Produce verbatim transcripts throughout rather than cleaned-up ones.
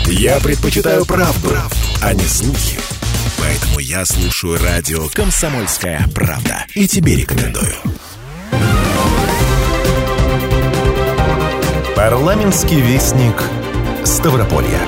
Я предпочитаю правду, правду, а не слухи. Поэтому я слушаю радио «Комсомольская правда». И тебе рекомендую. Парламентский вестник Ставрополья.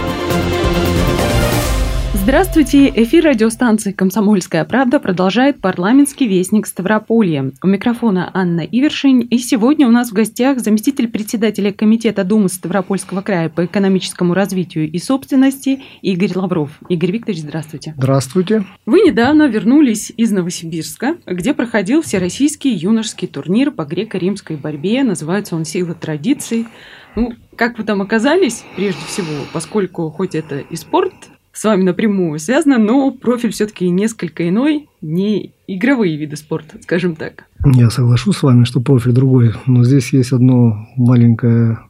Здравствуйте! Эфир радиостанции «Комсомольская правда» продолжает парламентский вестник Ставрополья. У микрофона Анна Ивершин. И сегодня у нас в гостях заместитель председателя Комитета Думы Ставропольского края по экономическому развитию и собственности Игорь Лавров. Игорь Викторович, здравствуйте. Здравствуйте. Вы недавно вернулись из Новосибирска, где проходил всероссийский юношеский турнир по греко-римской борьбе. Называется он «Сила традиций». Ну, как вы там оказались, прежде всего, поскольку хоть это и спорт с вами напрямую связано, но профиль все-таки несколько иной, не игровые виды спорта, скажем так. Я соглашусь с вами, что профиль другой, но здесь есть одно маленькое,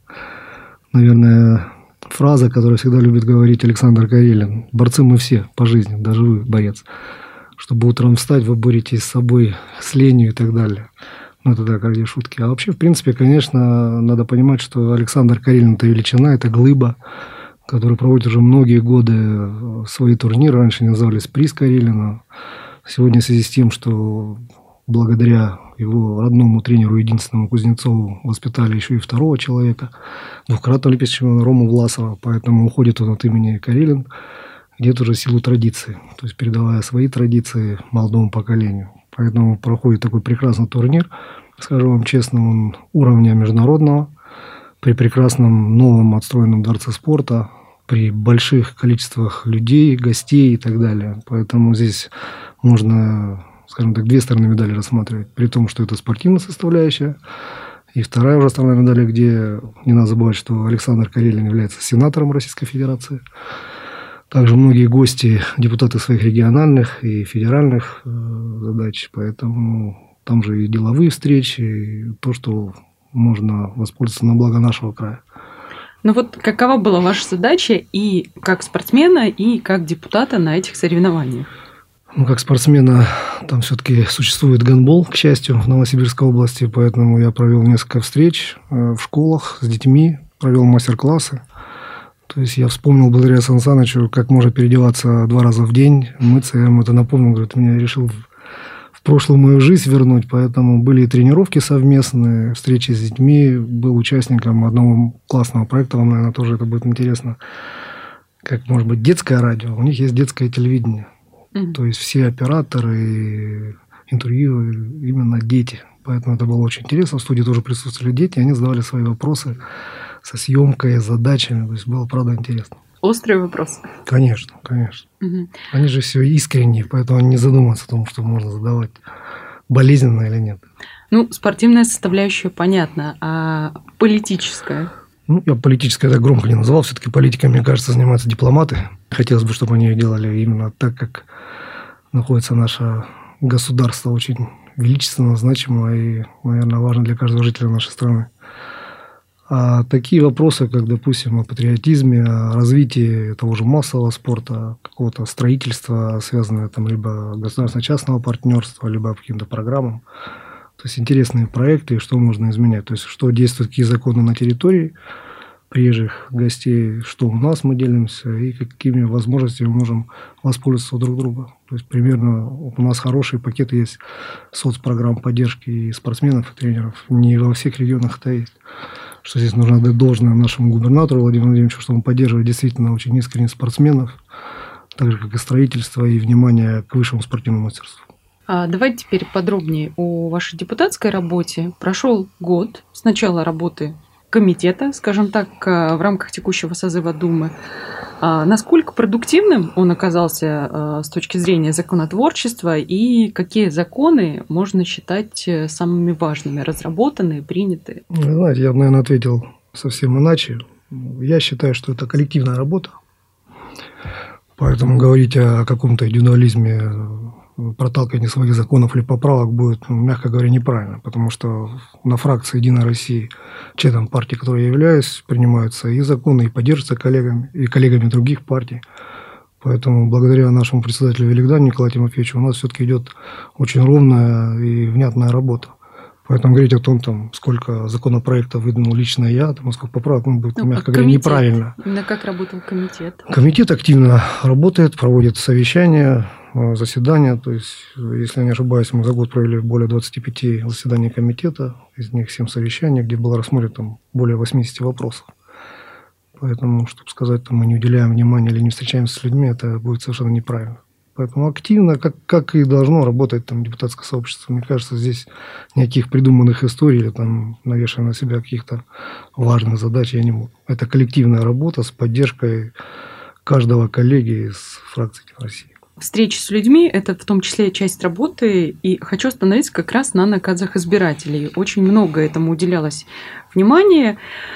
наверное, фраза, которую всегда любит говорить Александр Карелин. Борцы мы все по жизни, даже вы борец. Чтобы утром встать, вы боретесь с собой, с ленью и так далее. Ну, это так, ради шутки. А вообще, в принципе, конечно, надо понимать, что Александр Карелин – это величина, это глыба, который проводит уже многие годы свои турниры. Раньше они назывались «Приз Карелина». Сегодня в связи с тем, что благодаря его родному тренеру, единственному Кузнецову, воспитали еще и второго человека, двукратного олимпийского чемпиона Рому Власова. Поэтому уходит он от имени Карелин где-то уже силу традиции, то есть передавая свои традиции молодому поколению. Поэтому проходит такой прекрасный турнир. Скажу вам честно, он уровня международного, при прекрасном новом отстроенном дворце спорта, при больших количествах людей, гостей и так далее. Поэтому здесь можно, скажем так, две стороны медали рассматривать. При том, что это спортивная составляющая. И вторая уже сторона медали, где не надо забывать, что Александр Карелин является сенатором Российской Федерации. Также многие гости, депутаты своих региональных и федеральных задач. Поэтому там же и деловые встречи, и то, что можно воспользоваться на благо нашего края. Ну вот какова была ваша задача и как спортсмена, и как депутата на этих соревнованиях? Ну, как спортсмена, там все-таки существует гандбол, к счастью, в Новосибирской области, поэтому я провел несколько встреч в школах с детьми, провел мастер-классы. То есть я вспомнил благодаря Сан Санычу, как можно переодеваться два раза в день, мыться. Я ему это напомнил, говорит, меня решил в прошлую мою жизнь вернуть, поэтому были и тренировки совместные, встречи с детьми, был участником одного классного проекта, вам, наверное, тоже это будет интересно, как, может быть, детское радио, у них есть детское телевидение, mm-hmm. то есть все операторы, интервью именно дети, поэтому это было очень интересно, в студии тоже присутствовали дети, они задавали свои вопросы со съемкой, с задачами, то есть было, правда, интересно. Острый вопрос. Конечно, конечно. Угу. Они же все искренние, поэтому они не задумываются о том, что можно задавать, болезненно или нет. Ну, спортивная составляющая понятна, а политическая? Ну, я политическое так громко не называл. Все-таки политикой, мне кажется, занимаются дипломаты. Хотелось бы, чтобы они ее делали именно так, как находится наше государство, очень величественно, значимо и, наверное, важно для каждого жителя нашей страны. А такие вопросы, как, допустим, о патриотизме, о развитии того же массового спорта, какого-то строительства, связанного там либо государственно-частного партнерства, либо по каким-то программам. То есть интересные проекты, и что можно изменять. То есть что действуют, какие законы на территории приезжих гостей, что у нас мы делимся, и какими возможностями мы можем воспользоваться друг друга. То есть примерно у нас хорошие пакеты есть соцпрограмм поддержки и спортсменов, и тренеров. Не во всех регионах это есть. Что здесь нужно отдать должное нашему губернатору Владимиру Владимировичу, что он поддерживает действительно очень искренне спортсменов, так же, как и строительство и внимание к высшему спортивному мастерству. А давайте теперь подробнее о вашей депутатской работе. Прошел год с начала работы комитета, скажем так, в рамках текущего созыва Думы. А насколько продуктивным он оказался с точки зрения законотворчества и какие законы можно считать самыми важными, разработанные, принятые? Знаете, я бы, наверное, ответил совсем иначе. Я считаю, что это коллективная работа. Поэтому говорить о каком-то индивидуализме, проталкивании своих законов или поправок будет, мягко говоря, неправильно. Потому что на фракции «Единой России», членом партии, которой я являюсь, принимаются и законы, и поддерживаются коллегами, и коллегами других партий. Поэтому благодаря нашему председателю Великдану Николаю Тимофеевичу у нас все-таки идет очень ровная и внятная работа. Поэтому говорить о том, там, сколько законопроектов выдвинул лично я, там, сколько поправок, ну, будет, ну, мягко говоря, неправильно. Именно как работал комитет? Комитет активно работает, проводит совещания, заседания. То есть, если я не ошибаюсь, мы за год провели более двадцати пяти заседаний комитета, из них семь совещаний, где было рассмотрено там, более восьмидесяти вопросов. Поэтому, чтобы сказать, там, мы не уделяем внимания или не встречаемся с людьми, это будет совершенно неправильно. Поэтому активно, как, как и должно работать там, депутатское сообщество. Мне кажется, здесь никаких придуманных историй или там, навешивая на себя каких-то важных задач я не могу. Это коллективная работа с поддержкой каждого коллеги из фракции «Единая Россия». Встречи с людьми – это в том числе часть работы, и хочу остановиться как раз на наказах избирателей. Очень много этому уделялось внимания.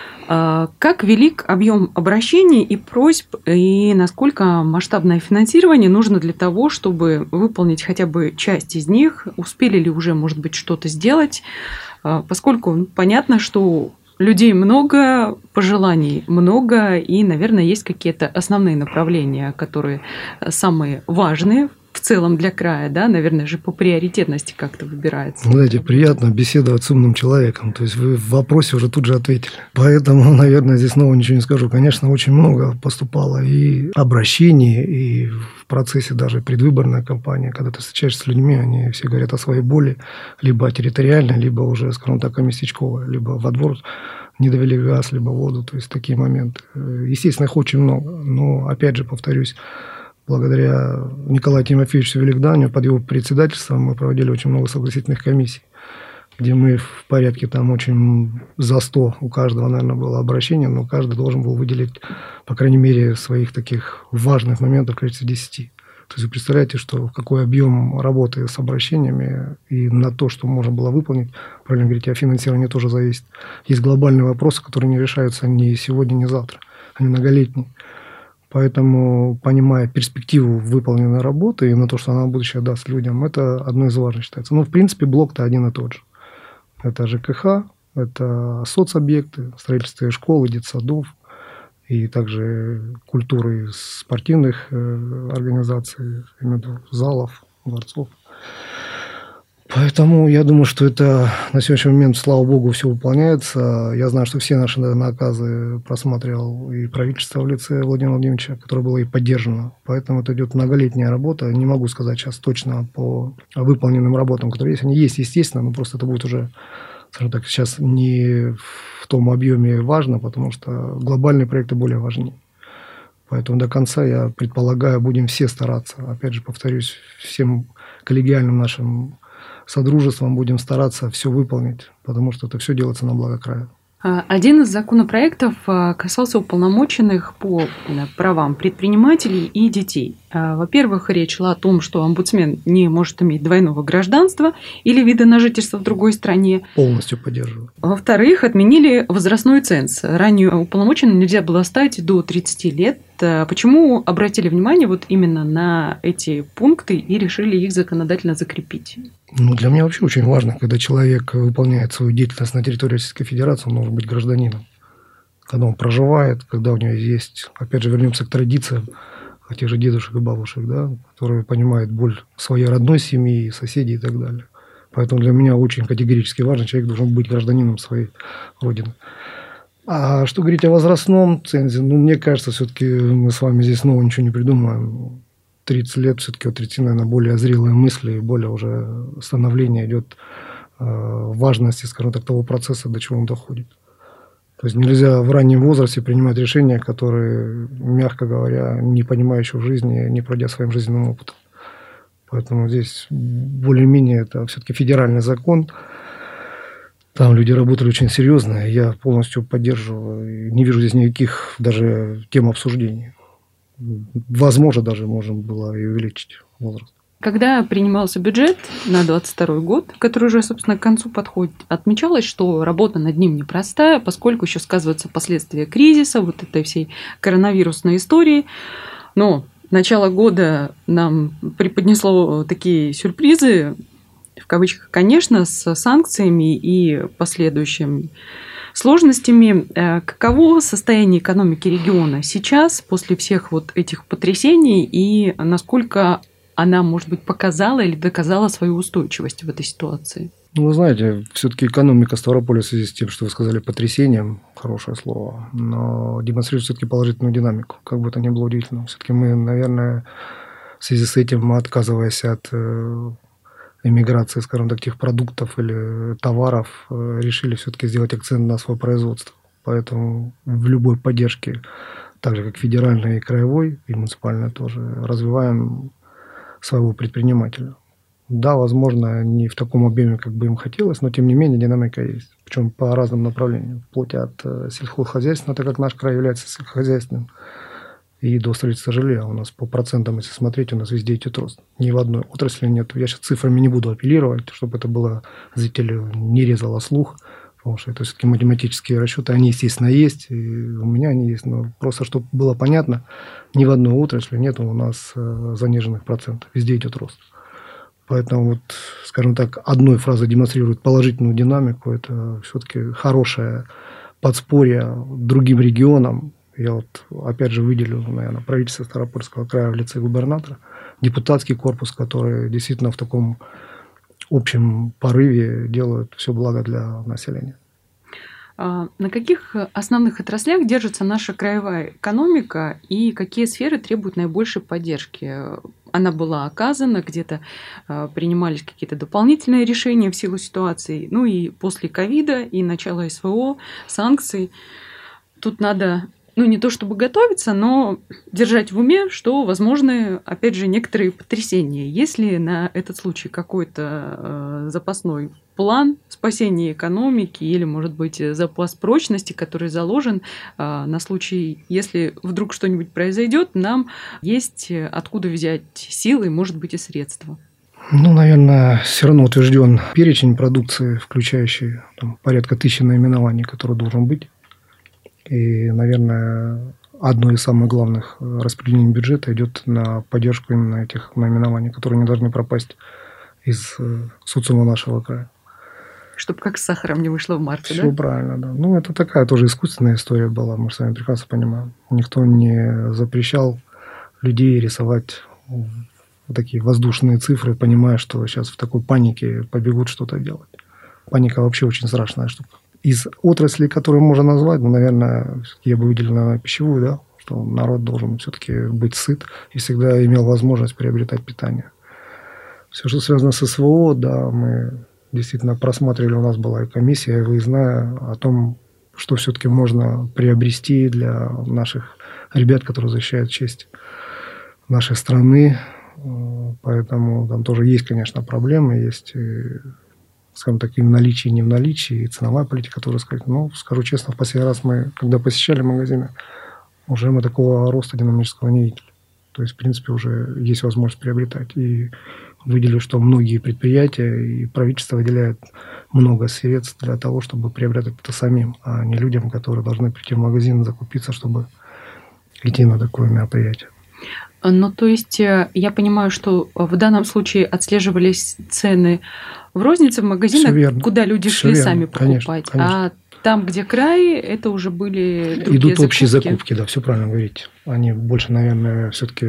Как велик объем обращений и просьб, и насколько масштабное финансирование нужно для того, чтобы выполнить хотя бы часть из них? Успели ли уже, может быть, что-то сделать? Поскольку понятно, что людей много, пожеланий много, и, наверное, есть какие-то основные направления, которые самые важные в целом для края, да, наверное же по приоритетности как-то выбирается. Знаете, приятно беседовать с умным человеком, то есть вы в вопросе уже тут же ответили. Поэтому, наверное, здесь снова ничего не скажу. Конечно, очень много поступало и обращений, и в процессе даже предвыборной кампании, когда ты встречаешься с людьми, они все говорят о своей боли, либо территориальной, либо уже, скажем так, местечковой, либо во двор не довели газ, либо воду, то есть такие моменты. Естественно, их очень много, но, опять же, повторюсь, благодаря Николаю Тимофеевичу Великданию, под его председательством мы проводили очень много согласительных комиссий, где мы в порядке там очень за сто у каждого, наверное, было обращение, но каждый должен был выделить, по крайней мере, своих таких важных моментов в количестве десяти. То есть вы представляете, что какой объем работы с обращениями и на то, что можно было выполнить, правильно говорите, а финансирование тоже зависит. Есть глобальные вопросы, которые не решаются ни сегодня, ни завтра, они многолетние. Поэтому, понимая перспективу выполненной работы и на то, что она будущее даст людям, это одно из важных считается. Ну, в принципе, блок-то один и тот же. Это ЖКХ, это соцобъекты, строительство школ, детсадов, и также культуры спортивных организаций, залов, дворцов. Поэтому я думаю, что это на сегодняшний момент, слава богу, все выполняется. Я знаю, что все наши наказы просматривал и правительство в лице Владимира Владимировича, которое было и поддержано. Поэтому это идет многолетняя работа. Не могу сказать сейчас точно по выполненным работам, которые есть. Они есть, естественно, но просто это будет уже, скажем так, сейчас не в том объеме важно, потому что глобальные проекты более важны. Поэтому до конца, я предполагаю, будем все стараться. Опять же, повторюсь, всем коллегиальным нашим содружеством будем стараться все выполнить, потому что это все делается на благо края. Один из законопроектов касался уполномоченных по правам предпринимателей и детей. Во-первых, речь шла о том, что омбудсмен не может иметь двойного гражданства или вида на жительство в другой стране. Полностью поддерживаю. Во-вторых, отменили возрастной ценз. Ранее уполномоченным нельзя было ставить до тридцати лет. Почему обратили внимание вот именно на эти пункты и решили их законодательно закрепить? Ну, для меня вообще очень важно, когда человек выполняет свою деятельность на территории Российской Федерации, он должен быть гражданином. Когда он проживает, когда у него есть, опять же, вернемся к традициям тех же дедушек и бабушек, да, которые понимают боль своей родной семьи, соседей и так далее. Поэтому для меня очень категорически важно, человек должен быть гражданином своей родины. А что говорить о возрастном цензе, ну, мне кажется, все-таки мы с вами здесь снова ничего не придумаем. тридцать лет все-таки, от тридцати, наверное, более зрелые мысли, более уже становление идет э, важности, скажем так, того процесса, до чего он доходит. То есть нельзя в раннем возрасте принимать решения, которые, мягко говоря, не понимая еще в жизни, не пройдя своим жизненным опытом. Поэтому здесь более-менее это все-таки федеральный закон. Там люди работали очень серьезно, я полностью поддерживаю. Не вижу здесь никаких даже тем обсуждений. Возможно, даже можно было и увеличить возраст. Когда принимался бюджет на двадцать второй год, который уже, собственно, к концу подходит, отмечалось, что работа над ним непростая, поскольку еще сказываются последствия кризиса, вот этой всей коронавирусной истории. Но начало года нам преподнесло такие сюрпризы, в кавычках, конечно, с санкциями и последующим сложностями. Каково состояние экономики региона сейчас, после всех вот этих потрясений, и насколько она, может быть, показала или доказала свою устойчивость в этой ситуации? Ну, вы знаете, все-таки экономика Ставрополя в связи с тем, что вы сказали, потрясением, хорошее слово, но демонстрирует все-таки положительную динамику, как бы это ни было удивительно. Все-таки мы, наверное, в связи с этим, отказываясь от эмиграции, скажем так, тех продуктов или товаров, решили все-таки сделать акцент на свое производство. Поэтому в любой поддержке, так же как федеральной и краевой, и муниципальной тоже, развиваем своего предпринимателя. Да, возможно, не в таком объеме, как бы им хотелось, но тем не менее динамика есть. Причем по разным направлениям. Вплоть от сельхозхозяйственного, так как наш край является сельскохозяйственным, и до строительства жилья. У нас по процентам, если смотреть, у нас везде идет рост. Ни в одной отрасли нет. Я сейчас цифрами не буду апеллировать, чтобы это было зрителю не резало слух, потому что это все-таки математические расчеты, они, естественно, есть, и у меня они есть, но просто, чтобы было понятно, ни в одной отрасли нет у нас заниженных процентов. Везде идет рост. Поэтому, вот, скажем так, одной фразой демонстрирует положительную динамику. Это все-таки хорошее подспорье другим регионам. Я вот опять же выделю, наверное, правительство Ставропольского края в лице губернатора, депутатский корпус, который действительно в таком общем порыве делают все благо для населения. А на каких основных отраслях держится наша краевая экономика и какие сферы требуют наибольшей поддержки? Она была оказана, где-то принимались какие-то дополнительные решения в силу ситуации, ну и после ковида, и начала СВО, санкций. Тут надо, ну не то чтобы готовиться, но держать в уме, что возможны, опять же, некоторые потрясения. Есть ли на этот случай какой-то э, запасной план спасения экономики или, может быть, запас прочности, который заложен э, на случай, если вдруг что-нибудь произойдет, нам есть откуда взять силы, может быть, и средства? Ну, наверное, все равно утвержден перечень продукции, включающий там, порядка тысячи наименований, который должен быть. И, наверное, одно из самых главных распределений бюджета идет на поддержку именно этих наименований, которые не должны пропасть из социума нашего края. Чтобы как с сахаром не вышло в марте, Все да? правильно, да. Ну, это такая тоже искусственная история была, мы с вами прекрасно понимаем. Никто не запрещал людей рисовать вот такие воздушные цифры, понимая, что сейчас в такой панике побегут что-то делать. Паника вообще очень страшная штука. Из отраслей, которые можно назвать, ну, наверное, я бы выделил, наверное, пищевую, да, что народ должен все-таки быть сыт и всегда имел возможность приобретать питание. Все, что связано с СВО, да, мы действительно просматривали, у нас была и комиссия выездная о том, что все-таки можно приобрести для наших ребят, которые защищают честь нашей страны. Поэтому там тоже есть, конечно, проблемы, есть, скажем так, и в наличии, и не в наличии, и ценовая политика, тоже сказать. Но, скажу честно, в последний раз мы, когда посещали магазины, уже мы такого роста динамического не видели. То есть, в принципе, уже есть возможность приобретать. И выделили, что многие предприятия и правительство выделяют много средств для того, чтобы приобретать это самим, а не людям, которые должны прийти в магазин и закупиться, чтобы идти на такое мероприятие. Ну, то есть, я понимаю, что в данном случае отслеживались цены в рознице, в магазинах, куда люди Все шли верно. сами покупать. Конечно, конечно. А там, где край, это уже были другие Идут закупки. общие закупки, да, все правильно говорите. Они больше, наверное, все-таки...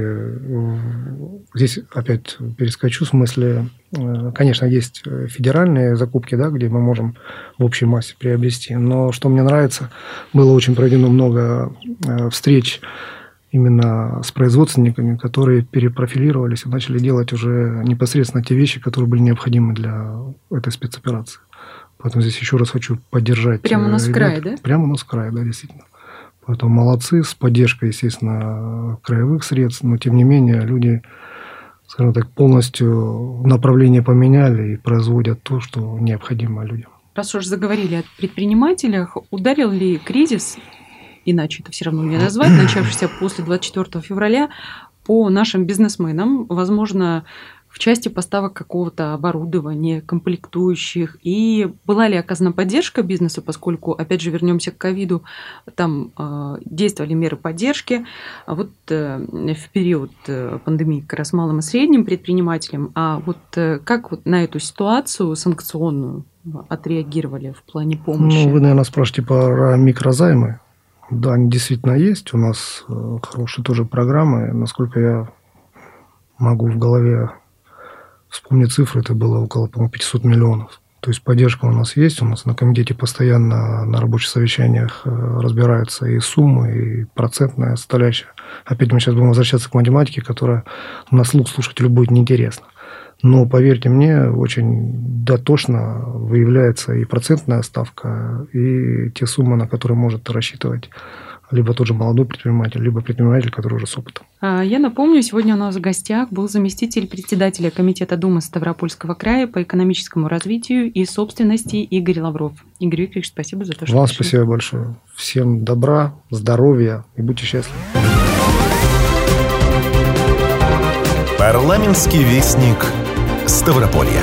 Здесь опять перескочу, в смысле, конечно, есть федеральные закупки, да, где мы можем в общей массе приобрести. Но что мне нравится, было очень проведено много встреч именно с производственниками, которые перепрофилировались и начали делать уже непосредственно те вещи, которые были необходимы для этой спецоперации. Поэтому здесь еще раз хочу поддержать. Прямо у нас ребят. в крае, да? Прямо у нас в крае, да, действительно. Поэтому молодцы, с поддержкой, естественно, краевых средств, но тем не менее люди, скажем так, полностью направление поменяли и производят то, что необходимо людям. Раз уж заговорили о предпринимателях, ударил ли кризис, иначе это все равно не назвать, начавшийся после двадцать четвёртого февраля, по нашим бизнесменам, возможно, в части поставок какого-то оборудования, комплектующих, и была ли оказана поддержка бизнесу, поскольку, опять же, вернемся к ковиду, там э, действовали меры поддержки, а вот э, в период пандемии как раз малым и средним предпринимателям, а вот э, как вот на эту ситуацию санкционную отреагировали в плане помощи? Ну, вы, наверное, спрашиваете про микрозаймы. Да, они действительно есть, у нас хорошие тоже программы, насколько я могу в голове вспомнить цифры, это было около, по-моему, пятьсот миллионов. То есть поддержка у нас есть, у нас на комитете постоянно на рабочих совещаниях разбираются и суммы, и процентная составляющая. Опять мы сейчас будем возвращаться к математике, которая на слух слушателю будет неинтересна. Но, поверьте мне, очень дотошно выявляется и процентная ставка, и те суммы, на которые может рассчитывать либо тот же молодой предприниматель, либо предприниматель, который уже с опытом. Я напомню, сегодня у нас в гостях был заместитель председателя Комитета Думы Ставропольского края по экономическому развитию и собственности Игорь Лавров. Игорь Викторович, спасибо за то, что Вам пришли. Спасибо большое. Всем добра, здоровья и будьте счастливы. Парламентский вестник Ставрополья.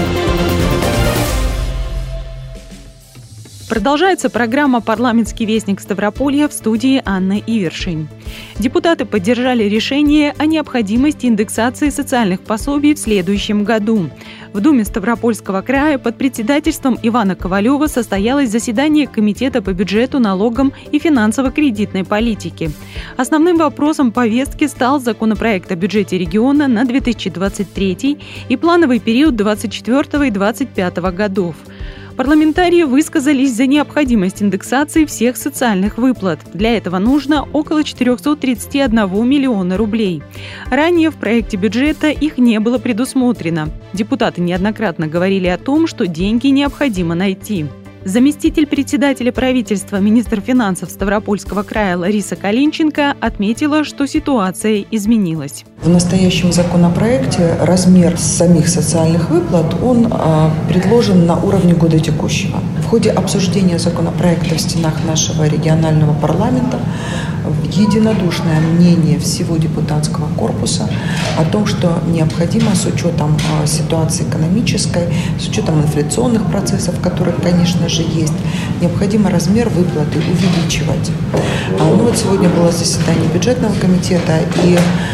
Продолжается программа «Парламентский вестник Ставрополья», в студии Анна Ивершин. Депутаты поддержали решение о необходимости индексации социальных пособий в следующем году. В Думе Ставропольского края под председательством Ивана Ковалева состоялось заседание Комитета по бюджету, налогам и финансово-кредитной политике. Основным вопросом повестки стал законопроект о бюджете региона на две тысячи двадцать третий и плановый период двадцать четвёртого и двадцать пятого годов. Парламентарии высказались за необходимость индексации всех социальных выплат. Для этого нужно около четыреста тридцать один миллиона рублей. Ранее в проекте бюджета их не было предусмотрено. Депутаты неоднократно говорили о том, что деньги необходимо найти. Заместитель председателя правительства, министр финансов Ставропольского края Лариса Калинченко отметила, что ситуация изменилась. В настоящем законопроекте размер самих социальных выплат он а, предложен на уровне года текущего. В ходе обсуждения законопроекта в стенах нашего регионального парламента единодушное мнение всего депутатского корпуса о том, что необходимо с учетом а, ситуации экономической, с учетом инфляционных процессов, которые, конечно же, есть, необходимо размер выплаты увеличивать. А, ну вот сегодня было заседание бюджетного комитета, и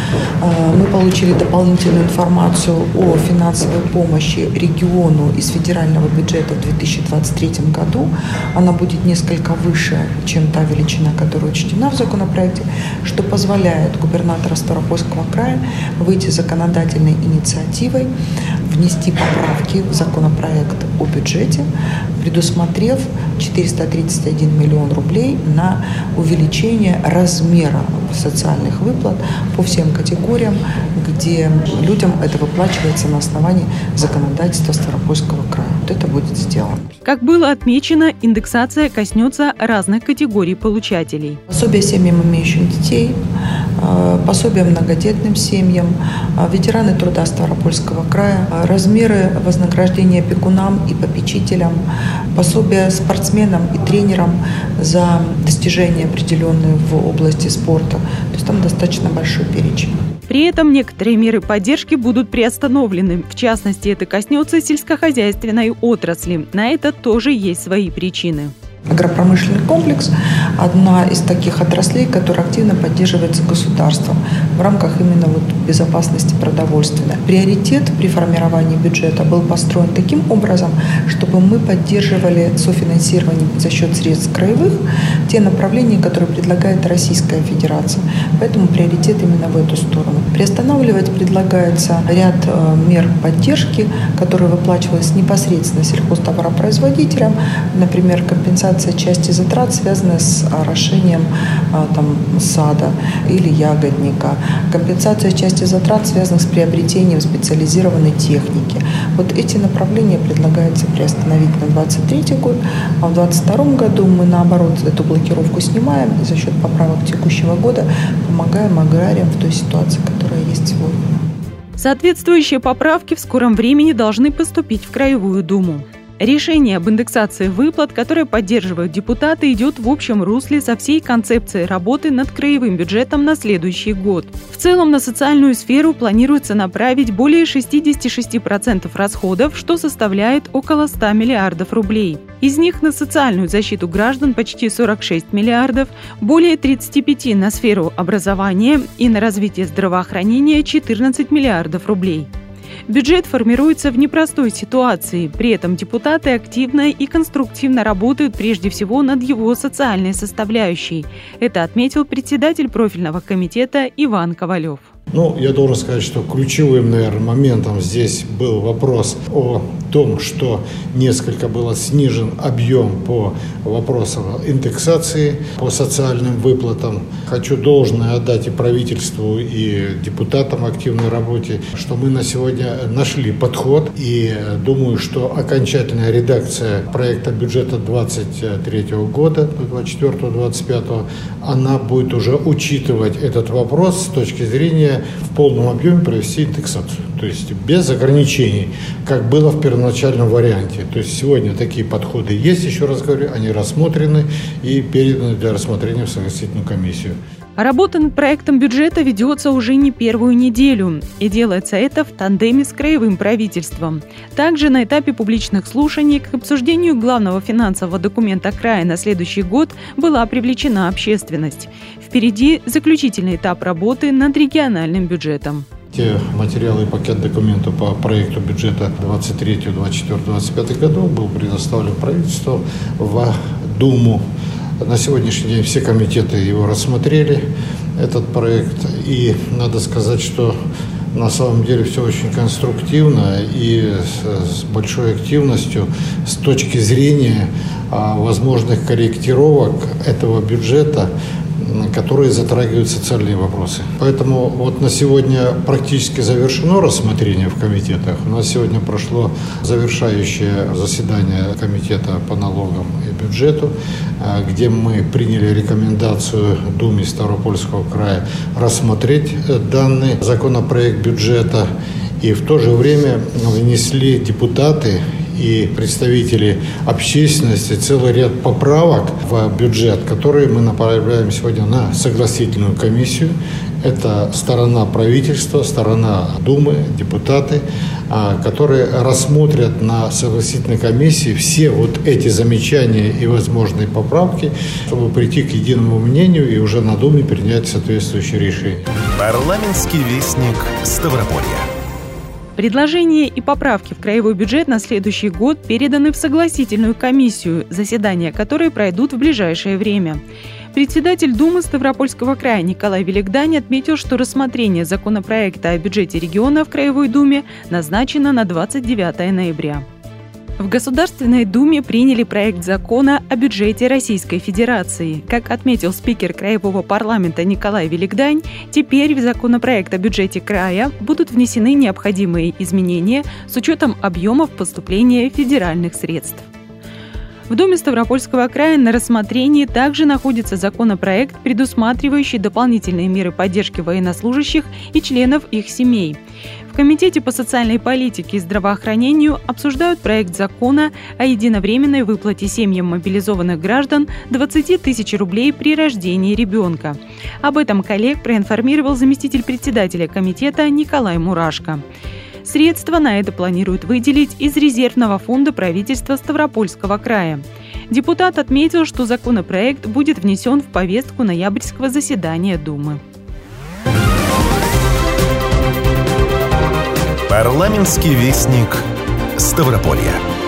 а, мы получили дополнительную информацию о финансовой помощи региону из федерального бюджета в две тысячи двадцать третьем году. Она будет несколько выше, чем та величина, которая учтена в законопроекте, что позволяет губернатору Ставропольского края выйти с законодательной инициативой, внести поправки в законопроект о бюджете, предусмотрев четыреста тридцать один миллион рублей на увеличение размера социальных выплат по всем категориям, где людям это выплачивается на основании законодательства Ставропольского края. Вот это будет сделано. Как было отмечено, индексация коснется разных категорий получателей. Пособие семьям, имеющим детей, пособие многодетным семьям, ветераны труда Ставропольского края, размеры вознаграждения опекунам и попечителям, пособие спортсменам и тренерам за достижения, определенные в области спорта. То есть там достаточно большой перечень. При этом некоторые меры поддержки будут приостановлены. В частности, это коснется сельскохозяйственной отрасли. На это тоже есть свои причины. Агропромышленный комплекс – одна из таких отраслей, которая активно поддерживается государством в рамках именно вот безопасности продовольственной. Приоритет при формировании бюджета был построен таким образом, чтобы мы поддерживали софинансирование за счет средств краевых те направления, которые предлагает Российская Федерация. Поэтому приоритет именно в эту сторону. Приостанавливать предлагается ряд мер поддержки, которые выплачивались непосредственно сельхозтоваропроизводителям, например, компенсация части затрат, связанная с орошением там, сада или ягодника, компенсация части затрат, связанных с приобретением специализированной техники. Вот эти направления предлагается приостановить на двадцать третий год, а в двадцать втором году мы, наоборот, эту блокировку снимаем и за счет поправок текущего года помогаем аграриям в той ситуации, которая есть сегодня. Соответствующие поправки в скором времени должны поступить в Краевую Думу. Решение об индексации выплат, которое поддерживают депутаты, идет в общем русле со всей концепцией работы над краевым бюджетом на следующий год. В целом на социальную сферу планируется направить более шестьдесят шесть процентов расходов, что составляет около ста миллиардов рублей. Из них на социальную защиту граждан почти сорок шесть миллиардов, более тридцать пять на сферу образования и на развитие здравоохранения четырнадцать миллиардов рублей. Бюджет формируется в непростой ситуации, при этом депутаты активно и конструктивно работают прежде всего над его социальной составляющей. Это отметил председатель профильного комитета Иван Ковалев. Ну, я должен сказать, что ключевым, наверное, моментом здесь был вопрос о том, что несколько был снижен объем по вопросам индексации, по социальным выплатам. Хочу должное отдать и правительству, и депутатам в активной работе, что мы на сегодня нашли подход, и думаю, что окончательная редакция проекта бюджета двадцать третьего года, двадцать четвёртого — двадцать пятого, она будет уже учитывать этот вопрос с точки зрения в полном объеме провести индексацию. То есть без ограничений, как было в первоначальном варианте. То есть сегодня такие подходы есть, еще раз говорю, они рассмотрены и переданы для рассмотрения в согласительную комиссию. Работа над проектом бюджета ведется уже не первую неделю, и делается это в тандеме с краевым правительством. Также на этапе публичных слушаний к обсуждению главного финансового документа края на следующий год была привлечена общественность. Впереди заключительный этап работы над региональным бюджетом. Те материалы и пакет документов по проекту бюджета двадцать третьего, двадцать четвёртого, двадцать пятого годов был предоставлен правительству в Думу. На сегодняшний день все комитеты его рассмотрели, этот проект, и надо сказать, что на самом деле все очень конструктивно и с большой активностью с точки зрения возможных корректировок этого бюджета, которые затрагивают социальные вопросы. Поэтому вот на сегодня практически завершено рассмотрение в комитетах. У нас сегодня прошло завершающее заседание комитета по налогам и бюджету, где мы приняли рекомендацию Думе Ставропольского края рассмотреть данный законопроект бюджета, и в то же время внесли депутаты и представители общественности целый ряд поправок в бюджет, которые мы направляем сегодня на согласительную комиссию. Это сторона правительства, сторона Думы, депутаты, которые рассмотрят на согласительной комиссии все вот эти замечания и возможные поправки, чтобы прийти к единому мнению и уже на Думе принять соответствующее решение. Парламентский вестник Ставрополья. Предложения и поправки в краевой бюджет на следующий год переданы в согласительную комиссию, заседания которой пройдут в ближайшее время. Председатель Думы Ставропольского края Николай Великдань отметил, что рассмотрение законопроекта о бюджете региона в Краевой Думе назначено на двадцать девятое ноября. В Государственной Думе приняли проект закона о бюджете Российской Федерации. Как отметил спикер Краевого парламента Николай Великдань, теперь в законопроект о бюджете края будут внесены необходимые изменения с учетом объемов поступления федеральных средств. В Думе Ставропольского края на рассмотрении также находится законопроект, предусматривающий дополнительные меры поддержки военнослужащих и членов их семей. В Комитете по социальной политике и здравоохранению обсуждают проект закона о единовременной выплате семьям мобилизованных граждан двадцать тысяч рублей при рождении ребенка. Об этом коллег проинформировал заместитель председателя комитета Николай Мурашко. Средства на это планируют выделить из резервного фонда правительства Ставропольского края. Депутат отметил, что законопроект будет внесен в повестку ноябрьского заседания Думы. Парламентский вестник Ставрополья.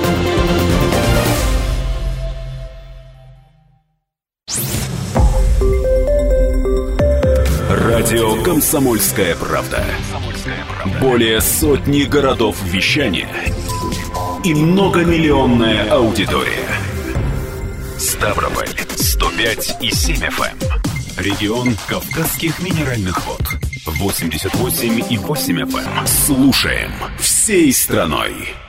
Радио «Комсомольская правда». Более сотни городов вещания и многомиллионная аудитория. Ставрополь сто пять и семь эф эм. Регион Кавказских минеральных вод восемьдесят восемь и восемь эф эм. Слушаем всей страной.